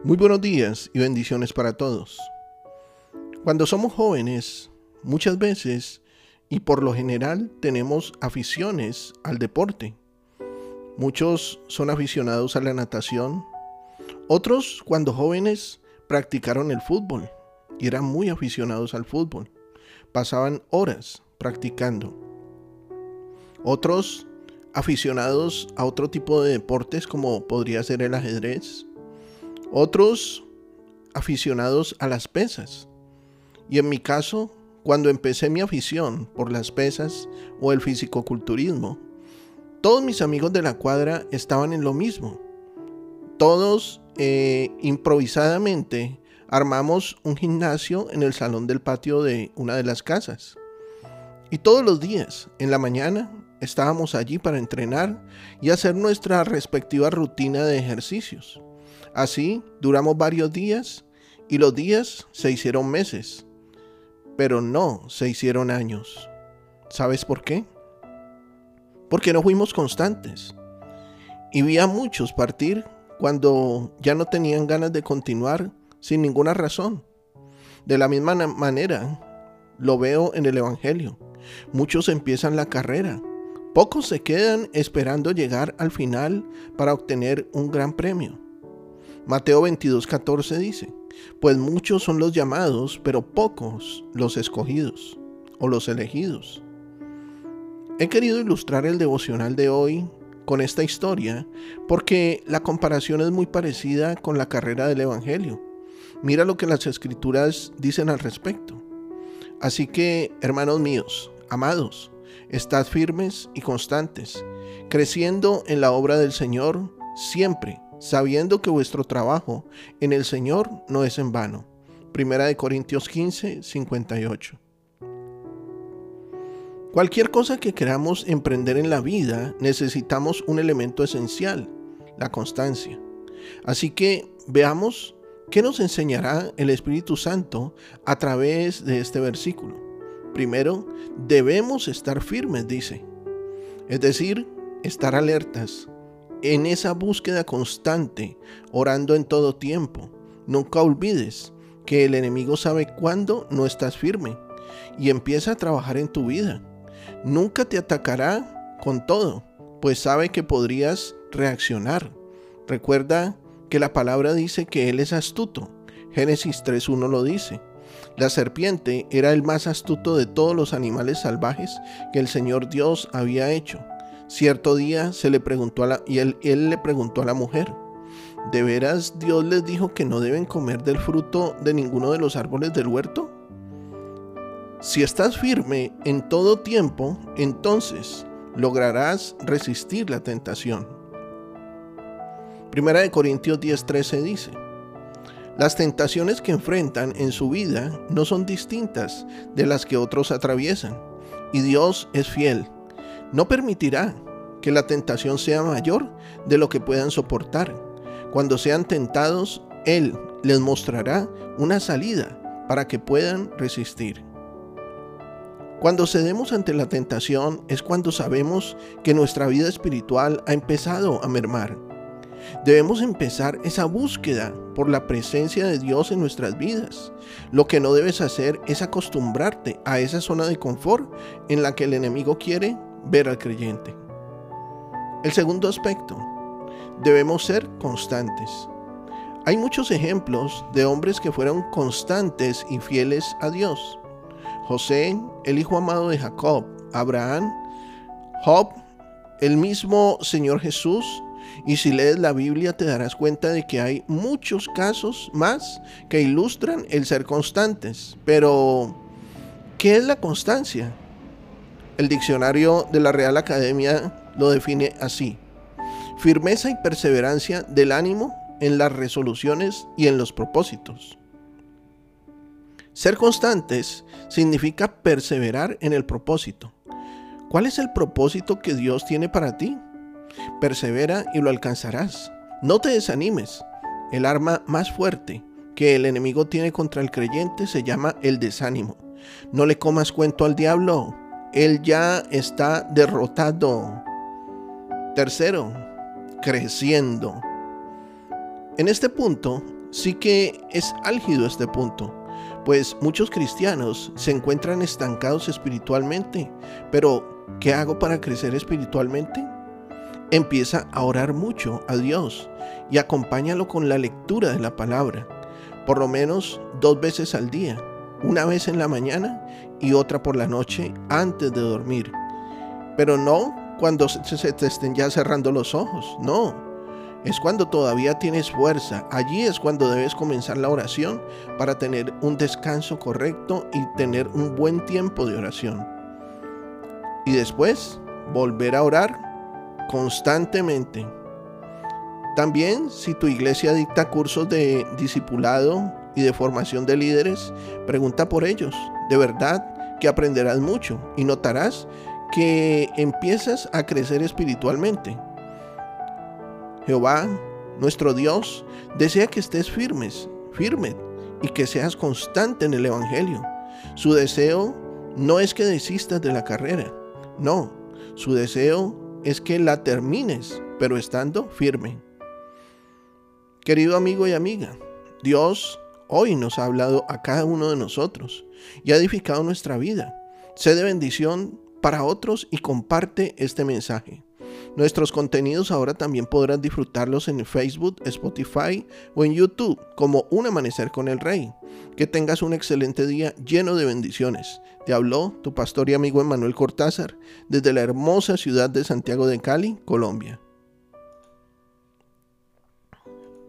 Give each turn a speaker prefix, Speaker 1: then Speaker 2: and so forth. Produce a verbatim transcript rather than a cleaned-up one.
Speaker 1: Muy buenos días y bendiciones para todos. Cuando somos jóvenes, muchas veces y por lo general tenemos aficiones al deporte. Muchos son aficionados a la natación. Otros, cuando jóvenes, practicaron el fútbol y eran muy aficionados al fútbol. Pasaban horas practicando. Otros, aficionados a otro tipo de deportes como podría ser el ajedrez. Otros, aficionados a las pesas. Y en mi caso, cuando empecé mi afición por las pesas o el fisicoculturismo, todos mis amigos de la cuadra estaban en lo mismo. Todos eh, improvisadamente armamos un gimnasio en el salón del patio de una de las casas. Y todos los días, en la mañana, estábamos allí para entrenar y hacer nuestra respectiva rutina de ejercicios. Así duramos varios días y los días se hicieron meses, pero no se hicieron años. ¿Sabes por qué? Porque no fuimos constantes. Y vi a muchos partir cuando ya no tenían ganas de continuar sin ninguna razón. De la misma manera, lo veo en el Evangelio. Muchos empiezan la carrera. Pocos se quedan esperando llegar al final para obtener un gran premio. Mateo veintidós catorce dice: pues muchos son los llamados, pero pocos los escogidos o los elegidos. He querido ilustrar el devocional de hoy con esta historia porque la comparación es muy parecida con la carrera del Evangelio. Mira lo que las Escrituras dicen al respecto. Así que, hermanos míos, amados, estad firmes y constantes, creciendo en la obra del Señor siempre, sabiendo que vuestro trabajo en el Señor no es en vano. Primera de Corintios quince, cincuenta y ocho. Cualquier cosa que queramos emprender en la vida, necesitamos un elemento esencial, la constancia. Así que veamos qué nos enseñará el Espíritu Santo a través de este versículo. Primero, debemos estar firmes, dice. Es decir, estar alertas, en esa búsqueda constante, orando en todo tiempo. Nunca olvides que el enemigo sabe cuándo no estás firme y empieza a trabajar en tu vida. Nunca te atacará con todo, pues sabe que podrías reaccionar. Recuerda que la palabra dice que él es astuto. Génesis tres uno lo dice. La serpiente era el más astuto de todos los animales salvajes que el Señor Dios había hecho. Cierto día se le preguntó a la, y él, él le preguntó a la mujer: ¿de veras Dios les dijo que no deben comer del fruto de ninguno de los árboles del huerto? Si estás firme en todo tiempo, entonces lograrás resistir la tentación. Primera de Corintios diez trece dice: las tentaciones que enfrentan en su vida no son distintas de las que otros atraviesan, y Dios es fiel. No permitirá que la tentación sea mayor de lo que puedan soportar. Cuando sean tentados, Él les mostrará una salida para que puedan resistir. Cuando cedemos ante la tentación es cuando sabemos que nuestra vida espiritual ha empezado a mermar. Debemos empezar esa búsqueda por la presencia de Dios en nuestras vidas. Lo que no debes hacer es acostumbrarte a esa zona de confort en la que el enemigo quiere ver al creyente. El segundo aspecto, debemos ser constantes. Hay muchos ejemplos de hombres que fueron constantes y fieles a Dios. José, el hijo amado de Jacob, Abraham, Job, el mismo Señor Jesús. Y si lees la Biblia te darás cuenta de que hay muchos casos más que ilustran el ser constantes. Pero, ¿qué es la constancia? El diccionario de la Real Academia lo define así: firmeza y perseverancia del ánimo en las resoluciones y en los propósitos. Ser constantes significa perseverar en el propósito. ¿Cuál es el propósito que Dios tiene para ti? Persevera y lo alcanzarás. No te desanimes. El arma más fuerte que el enemigo tiene contra el creyente se llama el desánimo. No le comas cuento al diablo. Él ya está derrotado. Tercero, creciendo. En este punto sí que es álgido este punto, pues muchos cristianos se encuentran estancados espiritualmente. Pero, ¿qué hago para crecer espiritualmente? Empieza a orar mucho a Dios y acompáñalo con la lectura de la palabra, por lo menos dos veces al día, una vez en la mañana y otra por la noche antes de dormir. Pero no cuando se te estén ya cerrando los ojos, no. Es cuando todavía tienes fuerza. Allí es cuando debes comenzar la oración para tener un descanso correcto y tener un buen tiempo de oración. Y después, volver a orar constantemente. También, si tu iglesia dicta cursos de discipulado y de formación de líderes, pregunta por ellos. De verdad que aprenderás mucho y notarás que empiezas a crecer espiritualmente. Jehová, nuestro Dios, desea que estés firmes, firme y que seas constante en el Evangelio. Su deseo no es que desistas de la carrera, no, su deseo es que la termines, pero estando firme. Querido amigo y amiga, Dios hoy nos ha hablado a cada uno de nosotros y ha edificado nuestra vida. Sé de bendición para otros y comparte este mensaje. Nuestros contenidos ahora también podrás disfrutarlos en Facebook, Spotify o en YouTube como Un Amanecer con el Rey. Que tengas un excelente día lleno de bendiciones. Te habló tu pastor y amigo Emmanuel Cortázar desde la hermosa ciudad de Santiago de Cali, Colombia.